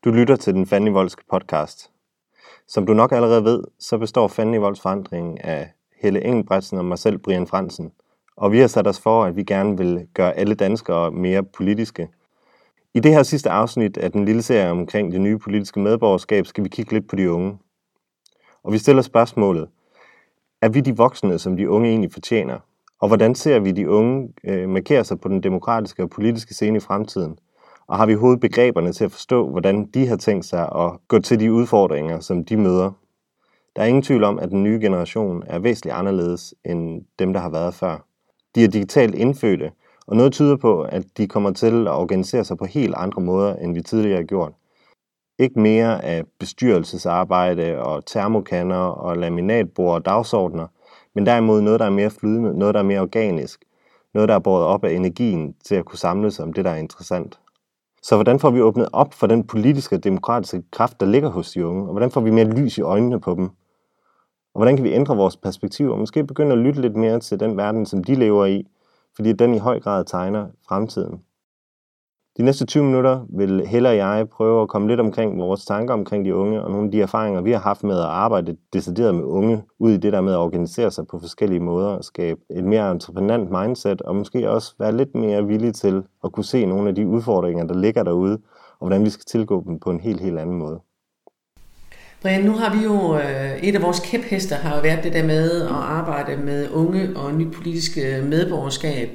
Du lytter til den Fandenivoldske podcast. Som du nok allerede ved, så består Fandenivoldsforandringen af Helle Engelbrechtsen og mig selv, Brian Fransen. Og vi har sat os for, at vi gerne vil gøre alle danskere mere politiske. I det her sidste afsnit af den lille serie omkring det nye politiske medborgerskab, skal vi kigge lidt på de unge. Og vi stiller spørgsmålet: er vi de voksne, som de unge egentlig fortjener? Og hvordan ser vi de unge markere sig på den demokratiske og politiske scene i fremtiden? Og har vi hovedbegreberne til at forstå, hvordan de har tænkt sig at gå til de udfordringer, som de møder? Der er ingen tvivl om, at den nye generation er væsentligt anderledes end dem, der har været før. De er digitalt indfødte, og noget tyder på, at de kommer til at organisere sig på helt andre måder, end vi tidligere har gjort. Ikke mere af bestyrelsesarbejde og termokanner og laminatbord og dagsordner, men derimod noget, der er mere flydende, noget, der er mere organisk, noget, der er båret op af energien til at kunne samles om det, der er interessant. Så hvordan får vi åbnet op for den politiske og demokratiske kraft, der ligger hos de unge? Og hvordan får vi mere lys i øjnene på dem? Og hvordan kan vi ændre vores perspektiv og måske begynde at lytte lidt mere til den verden, som de lever i, fordi den i høj grad tegner fremtiden? De næste 20 minutter vil Helle og jeg prøve at komme lidt omkring vores tanker omkring de unge, og nogle af de erfaringer, vi har haft med at arbejde decideret med unge, ud i det der med at organisere sig på forskellige måder, og skabe et mere entreprenant mindset, og måske også være lidt mere villige til at kunne se nogle af de udfordringer, der ligger derude, og hvordan vi skal tilgå dem på en helt anden måde. Brian, nu har vi jo, et af vores kæphester har jo været det der med at arbejde med unge og nyt politisk medborgerskab.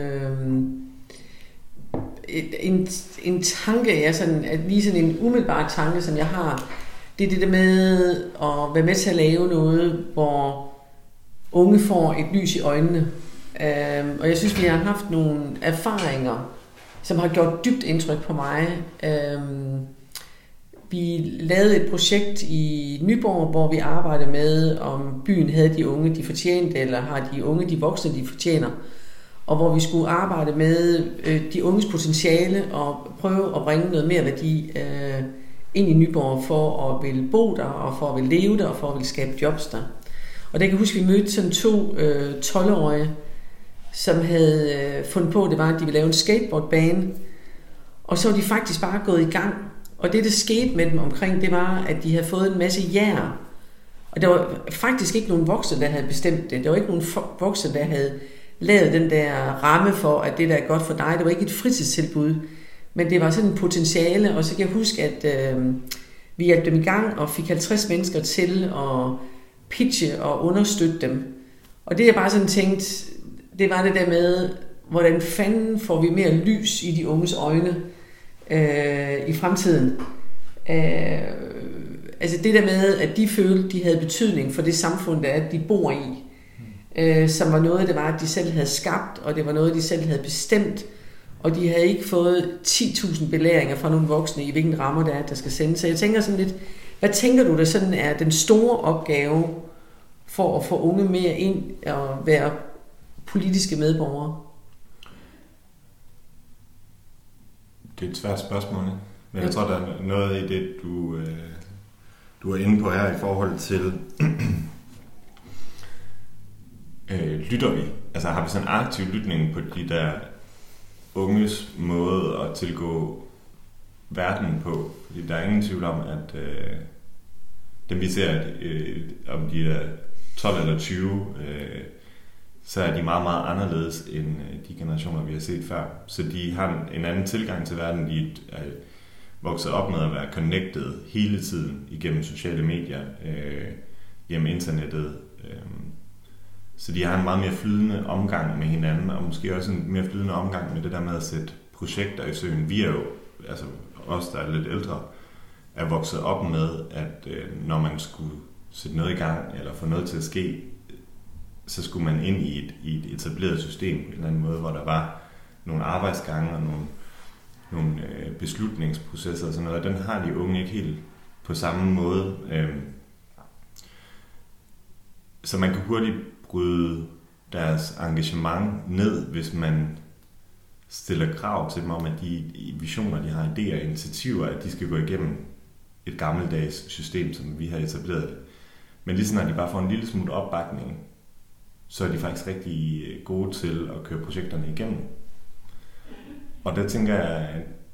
En tanke, lige sådan en umiddelbar tanke, som jeg har, det er det der med at være med til at lave noget, hvor unge får et lys i øjnene. Og jeg synes, vi har haft nogle erfaringer, som har gjort dybt indtryk på mig. Vi lavede et projekt i Nyborg, hvor vi arbejdede med, om byen havde de unge, de fortjente, eller har de unge, de voksne, de fortjener. Og hvor vi skulle arbejde med de unges potentiale og prøve at bringe noget mere værdi ind i Nyborg for at ville bo der, og for at ville leve der, og for at ville skabe jobs der. Og der kan jeg huske, at vi mødte sådan 2 12-årige, som havde fundet på, det var, at de ville lave en skateboardbane. Og så var de faktisk bare gået i gang. Og det skete med dem omkring, det var, at de havde fået en masse jær. Og der var faktisk ikke nogen voksne, der havde bestemt det. Der var ikke nogen voksne, der havde lavet den der ramme for, at det der er godt for dig. Det var ikke et fritidstilbud, men det var sådan en potentiale. Og så kan jeg huske, at vi hjalp dem i gang og fik 50 mennesker til at pitche og understøtte dem. Og det jeg bare sådan tænkte, det var det der med, hvordan fanden får vi mere lys i de unges øjne i fremtiden. Altså det der med, at de følte, de havde betydning for det samfund, der er, de bor i. Som var noget, det var, at de selv havde skabt, og det var noget, de selv havde bestemt, og de havde ikke fået 10.000 belæringer fra nogle voksne i, hvilken rammer det er, der skal sendes. Så jeg tænker sådan lidt, hvad tænker du, der sådan er den store opgave for at få unge mere ind og være politiske medborgere? Det er et svært spørgsmål, men jeg tror, der er noget i det, du er inde på her i forhold til lytter vi? Altså har vi sådan en aktiv lytning på de der unges måde at tilgå verden på? Fordi der er ingen tvivl om, at dem vi ser, om de er 12 eller 20, så er de meget, meget anderledes end de generationer, vi har set før. Så de har en anden tilgang til verden. De er vokset op med at være connected hele tiden igennem sociale medier, gennem internettet. Så de har en meget mere flydende omgang med hinanden, og måske også en mere flydende omgang med det der med at sætte projekter i søen. Vi er jo, altså os der er lidt ældre, er vokset op med, at når man skulle sætte noget i gang, eller få noget til at ske, så skulle man ind i et etableret system, på en eller anden måde, hvor der var nogle arbejdsgange og nogle beslutningsprocesser og sådan noget. Den har de unge ikke helt på samme måde. Så man kan hurtigt bryde deres engagement ned, hvis man stiller krav til dem om, at de visioner, de har, idéer og initiativer, at de skal gå igennem et gammeldags system, som vi har etableret det. Men lige sådan, at de bare får en lille smule opbakning, så er de faktisk rigtig gode til at køre projekterne igennem. Og der tænker jeg, at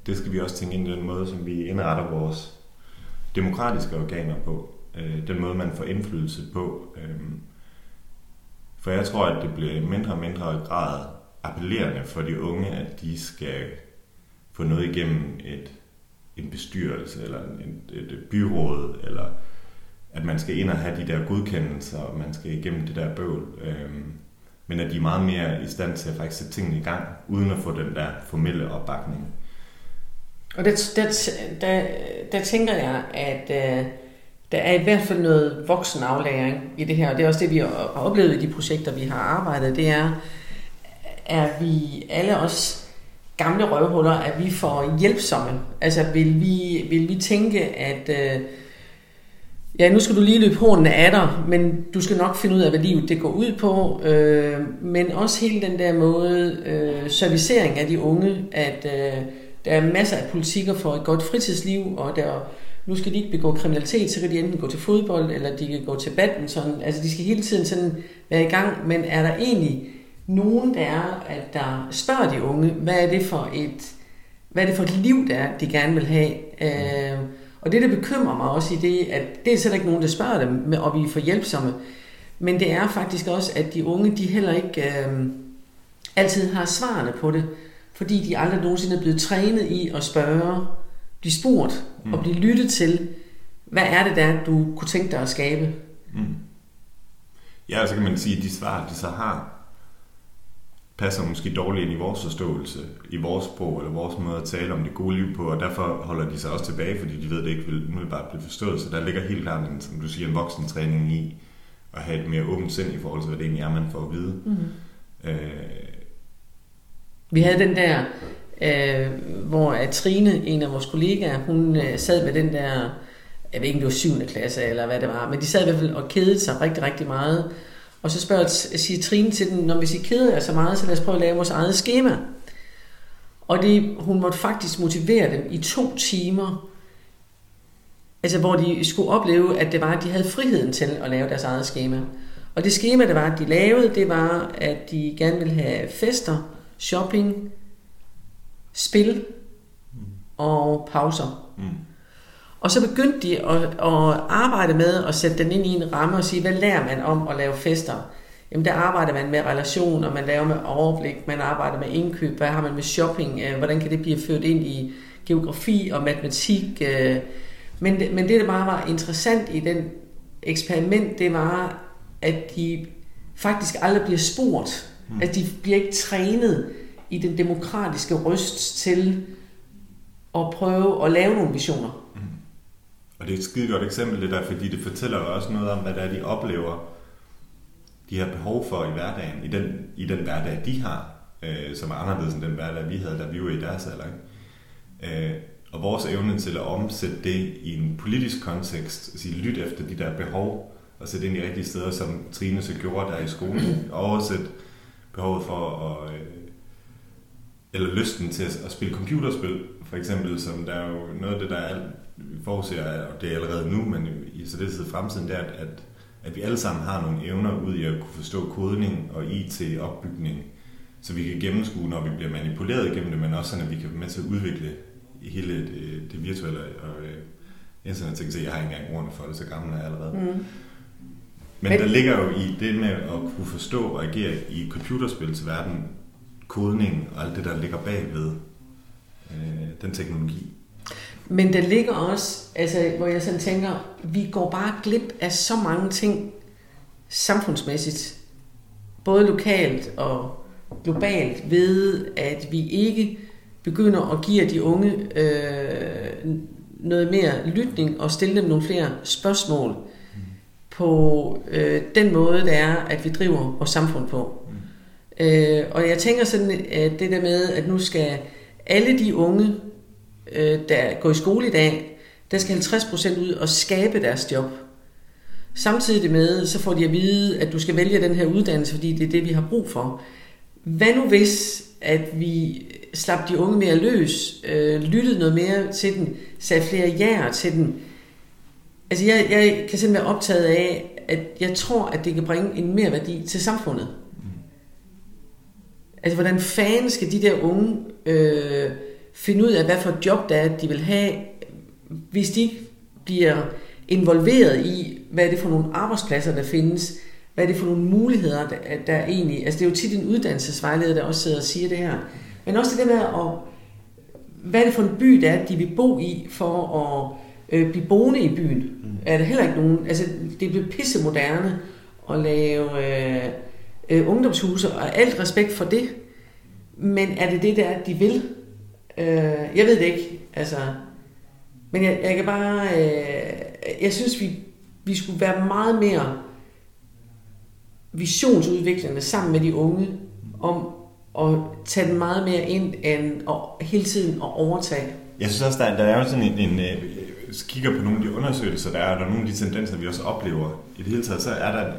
det skal vi også tænke ind i den måde, som vi indretter vores demokratiske organer på. Den måde, man får indflydelse på. For jeg tror, at det bliver mindre og mindre grad appellerende for de unge, at de skal få noget igennem en bestyrelse eller et byråd, eller at man skal ind og have de der godkendelser, og man skal igennem det der bøvl. Men at de er meget mere i stand til at faktisk sætte tingene i gang, uden at få den der formelle opbakning. Og der tænker jeg, at der er i hvert fald noget voksen aflæring i det her, og det er også det, vi har oplevet i de projekter, vi har arbejdet. Det er vi alle os gamle røvhuller, at vi får hjælpsomme. Altså vil vi tænke, at nu skal du lige løbe hornene af dig, men du skal nok finde ud af, hvad livet det går ud på. Men også hele den der måde, servicering af de unge, at der er masser af politikker for et godt fritidsliv, og nu skal de ikke begå kriminalitet, så kan de enten gå til fodbold, eller de kan gå til badminton. Altså de skal hele tiden sådan være i gang, men er der egentlig nogen, der spørger de unge, hvad er det for et liv, de gerne vil have? Og det bekymrer mig også i det, at det er slet ikke nogen, der spørger dem, og vi er for hjælpsomme. Men det er faktisk også, at de unge, de heller ikke altid har svarene på det, fordi de aldrig nogensinde er blevet trænet i at spørge, blive spurgt og blive lyttet til, hvad er det der, du kunne tænke dig at skabe? Ja, så kan man sige, at de svar, de så har, passer måske dårligt ind i vores forståelse, i vores sprog eller vores måde at tale om det gode liv på, og derfor holder de sig også tilbage, fordi de ved, at det ikke vil umiddelbart blive forstået. Så der ligger helt klart, som du siger, en voksentræning i at have et mere åbent sind i forhold til, hvad det egentlig er, man får at vide. Vi havde den der, hvor Trine, en af vores kollegaer, hun sad med den der, jeg ved ikke, det var 7. klasse eller hvad det var, men de sad i hvert fald og kedede sig rigtig, rigtig meget. Og så siger Trine til den, når hvis I keder jer så meget, så lad os prøve at lave vores eget skema. Og hun måtte faktisk motivere dem i 2 timer, altså hvor de skulle opleve, at det var, at de havde friheden til at lave deres eget skema. Og det skema, det var, at de lavede, det var, at de gerne ville have fester, shopping, spil og pauser. Og så begyndte de at arbejde med at sætte den ind i en ramme og sige, hvad lærer man om at lave fester? Jamen der arbejder man med relationer, man laver med overblik, man arbejder med indkøb, hvad har man med shopping, hvordan kan det blive ført ind i geografi og matematik. Men det, der bare var interessant i den eksperiment, det var, at de faktisk aldrig bliver spurgt. At de bliver ikke trænet i den demokratiske røst til at prøve at lave nogle visioner. Og det er et skide godt eksempel, det der, fordi det fortæller jo også noget om, hvad det er, de oplever, de har behov for i hverdagen, i den hverdag, de har, som er anderledes end den hverdag, vi havde, da vi var i deres alder. Og vores evne til at omsætte det i en politisk kontekst, sige, lyt efter de der behov, og sætte ind i rigtige steder, som Trine så gjorde der i skolen, og oversætte behovet for eller lysten til at spille computerspil, for eksempel, som der er jo noget af det, der er forudser, og det er allerede nu, men i så det tid fremtiden, det er, at vi alle sammen har nogle evner ud i at kunne forstå kodning og IT-opbygning, så vi kan gennemskue, når vi bliver manipuleret igennem det, men også sådan, at vi kan være med til at udvikle i hele det virtuelle og internet. Jeg har ikke engang ordene for det, så gammel er jeg allerede. Men der ligger jo i det med at kunne forstå og agere i computerspils verden, kodning og alt det, der ligger bagved den teknologi. Men der ligger også, altså, hvor jeg sådan tænker, vi går bare glip af så mange ting samfundsmæssigt, både lokalt og globalt, ved at vi ikke begynder at give de unge noget mere lytning og stille dem nogle flere spørgsmål på den måde, det er, at vi driver vores samfund på. Og jeg tænker sådan, at det der med, at nu skal alle de unge, der går i skole i dag, der skal 50% ud og skabe deres job. Samtidig med, så får de at vide, at du skal vælge den her uddannelse, fordi det er det, vi har brug for. Hvad nu hvis, at vi slap de unge mere løs, lyttede noget mere til den, sagde flere ja'er til den? Altså jeg kan simpelthen være optaget af, at jeg tror, at det kan bringe en mere værdi til samfundet. Altså hvordan fanden skal de der unge finde ud af, hvad for et job det er, de vil have, hvis de ikke bliver involveret i, hvad er det for nogle arbejdspladser, der findes, hvad er det for nogle muligheder, der egentlig... Altså det er jo tit en uddannelsesvejleder, der også sidder og siger det her. Men også det der med, hvad er det for en by, der er, de vil bo i, for at blive boende i byen. Er der heller ikke nogen... Altså det bliver pissemoderne at lave ungdomshuse, og alt respekt for det. Men er det det, der de vil? Jeg ved det ikke. Altså... Men jeg kan bare... jeg synes, vi skulle være meget mere visionsudviklende sammen med de unge, om at tage den meget mere ind, end at hele tiden at overtage. Jeg synes også, der er jo sådan en kigger på nogle af de undersøgelser, der er nogle af de tendenser, vi også oplever. I det hele taget, så er der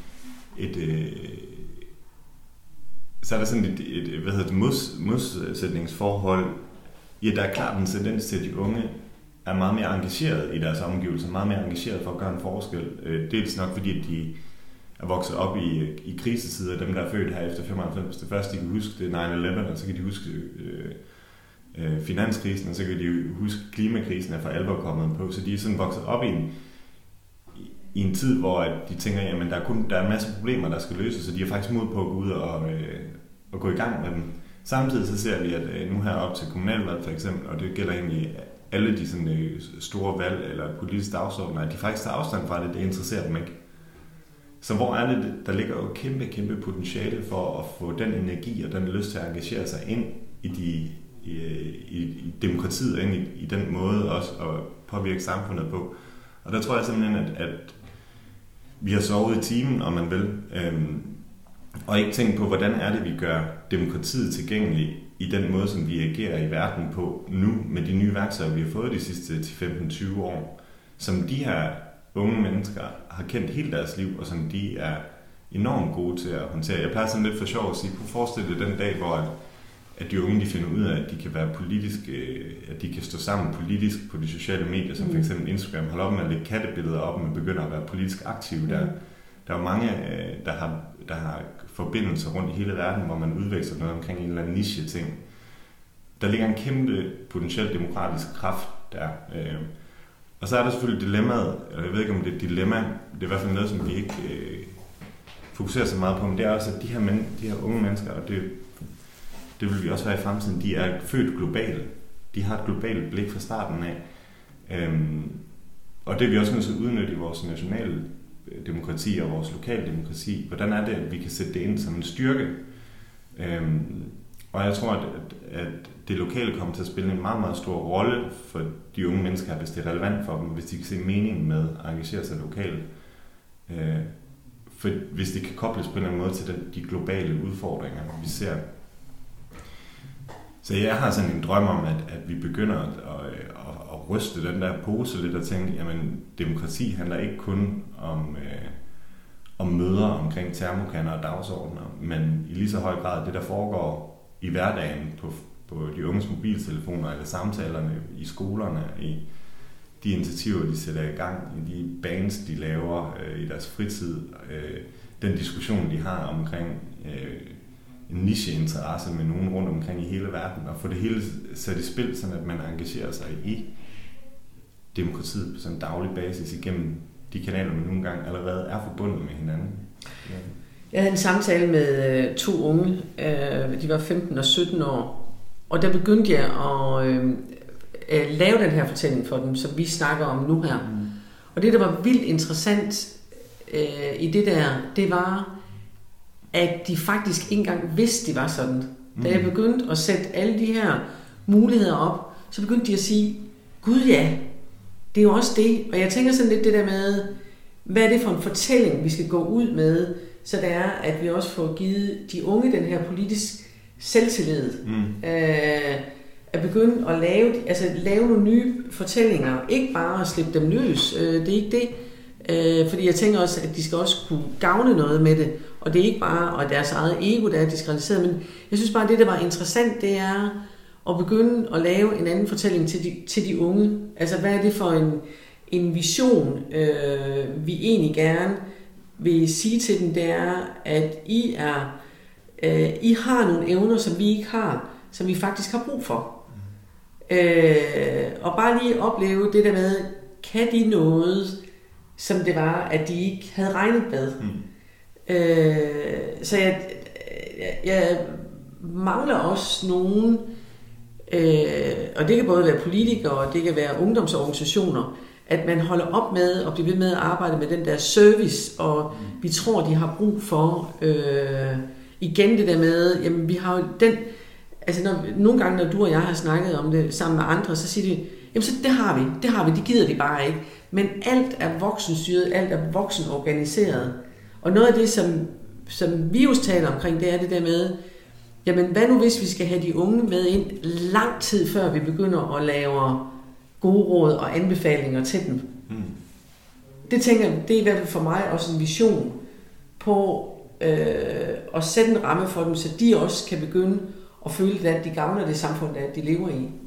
så er der sådan et modsætningsforhold. Ja, der er klart en tendens til, at de unge er meget mere engageret i deres omgivelser, meget mere engageret for at gøre en forskel. Dels nok fordi, at de er vokset op i krisetider, dem der er født her efter 95. Det første, de kan huske, det er 9/11, og så kan de huske finanskrisen, og så kan de huske klimakrisen er for alvor kommet på. Så de er sådan vokset op i en tid, hvor at de tænker, jamen der er en masse problemer, der skal løses, så de har faktisk mod på at gå ud og gå i gang med dem. Samtidig så ser vi, at nu her op til kommunalvalg for eksempel, og det gælder egentlig alle de sådan, store valg eller politiske dagsordner, at de faktisk tager afstand fra det interesserer dem ikke. Så hvor er det, der ligger jo kæmpe potentiale for at få den energi og den lyst til at engagere sig ind i demokratiet, og ind i den måde også at påvirke samfundet på. Og der tror jeg simpelthen, at vi har sovet i timen, om man vil, og ikke tænkt på, hvordan er det, vi gør demokratiet tilgængeligt i den måde, som vi agerer i verden på nu, med de nye værktøjer, vi har fået de sidste 15-20 år, som de her unge mennesker har kendt hele deres liv, og som de er enormt gode til at håndtere. Jeg plejer sådan lidt for sjov at sige, kunne forestille dig den dag, hvor at de unge de finder ud af, at de kan være politiske, at de kan stå sammen politisk på de sociale medier, som for eksempel Instagram, holder op med at lægge kattebilleder op, men begynder at være politisk aktive der. Der er jo mange, der har forbindelser rundt i hele verden, hvor man udveksler noget omkring en eller anden niche-ting. Der ligger en kæmpe potentielt demokratisk kraft der. Og så er der selvfølgelig dilemmaet, eller jeg ved ikke om det er et dilemma, det er i hvert fald noget, som vi ikke fokuserer så meget på, men det er også, at de her unge mennesker, og det vil vi også være i fremtiden, de er født globale. De har et globalt blik fra starten af. Og det er vi også nødt til at udnytte i vores nationale demokrati og vores lokale demokrati. Hvordan er det, at vi kan sætte det ind som en styrke? Og jeg tror, at det lokale kommer til at spille en meget, meget stor rolle for de unge mennesker, hvis det er relevant for dem, hvis de kan se meningen med at engagere sig lokalt. For hvis det kan kobles på en eller anden måde til de globale udfordringer, vi ser. Så jeg har sådan en drøm om, at vi begynder at ryste den der pose lidt og tænke, jamen demokrati handler ikke kun om møder omkring termokanner og dagsordner, men i lige så høj grad det, der foregår i hverdagen på de unges mobiltelefoner eller samtalerne i skolerne, i de initiativer, de sætter i gang, i de bands, de laver i deres fritid, den diskussion, de har omkring en niche-interesse med nogen rundt omkring i hele verden, og få det hele sat i spil, sådan at man engagerer sig i demokratiet på sådan en daglig basis igennem de kanaler, man nogle gange allerede er forbundet med hinanden. Ja. Jeg havde en samtale med 2 unge, de var 15 og 17 år, og der begyndte jeg at lave den her fortælling for dem, som vi snakker om nu her. Og det, der var vildt interessant i det der, det var, at de faktisk ikke engang vidste, de var sådan. Da jeg begyndte at sætte alle de her muligheder op, så begyndte de at sige, gud ja, det er jo også det. Og jeg tænker sådan lidt det der med, hvad er det for en fortælling, vi skal gå ud med, så det er, at vi også får givet de unge den her politisk selvtillid. At begynde at lave nogle nye fortællinger. Ikke bare at slippe dem løs. Det er ikke det. Fordi jeg tænker også, at de skal også kunne gavne noget med det. Og det er ikke bare deres eget ego, der er diskrediteret. Men jeg synes bare, at det, der var interessant, det er at begynde at lave en anden fortælling til de unge. Altså, hvad er det for en vision, vi egentlig gerne vil sige til dem, det er, at I har nogle evner, som vi ikke har, som vi faktisk har brug for. Og bare lige opleve det der med, kan de noget, som det var, at de ikke havde regnet med. Så jeg mangler også nogen, og det kan både være politikere, og det kan være ungdomsorganisationer, at man holder op med at blive ved med at arbejde med den der service, og vi tror, de har brug for igen det der med, jamen vi har jo den, altså nogle gange, når du og jeg har snakket om det sammen med andre, så siger de, jamen så det har vi, det gider de bare ikke. Men alt er voksenstyret, alt er voksenorganiseret. Og noget af det, som vi også taler omkring, det er det der med, jamen hvad nu hvis vi skal have de unge med ind lang tid før vi begynder at lave gode råd og anbefalinger til dem. Det tænker jeg, det er i hvert fald for mig også en vision på at sætte en ramme for dem, så de også kan begynde at føle, at de gavner det samfund, at de lever i.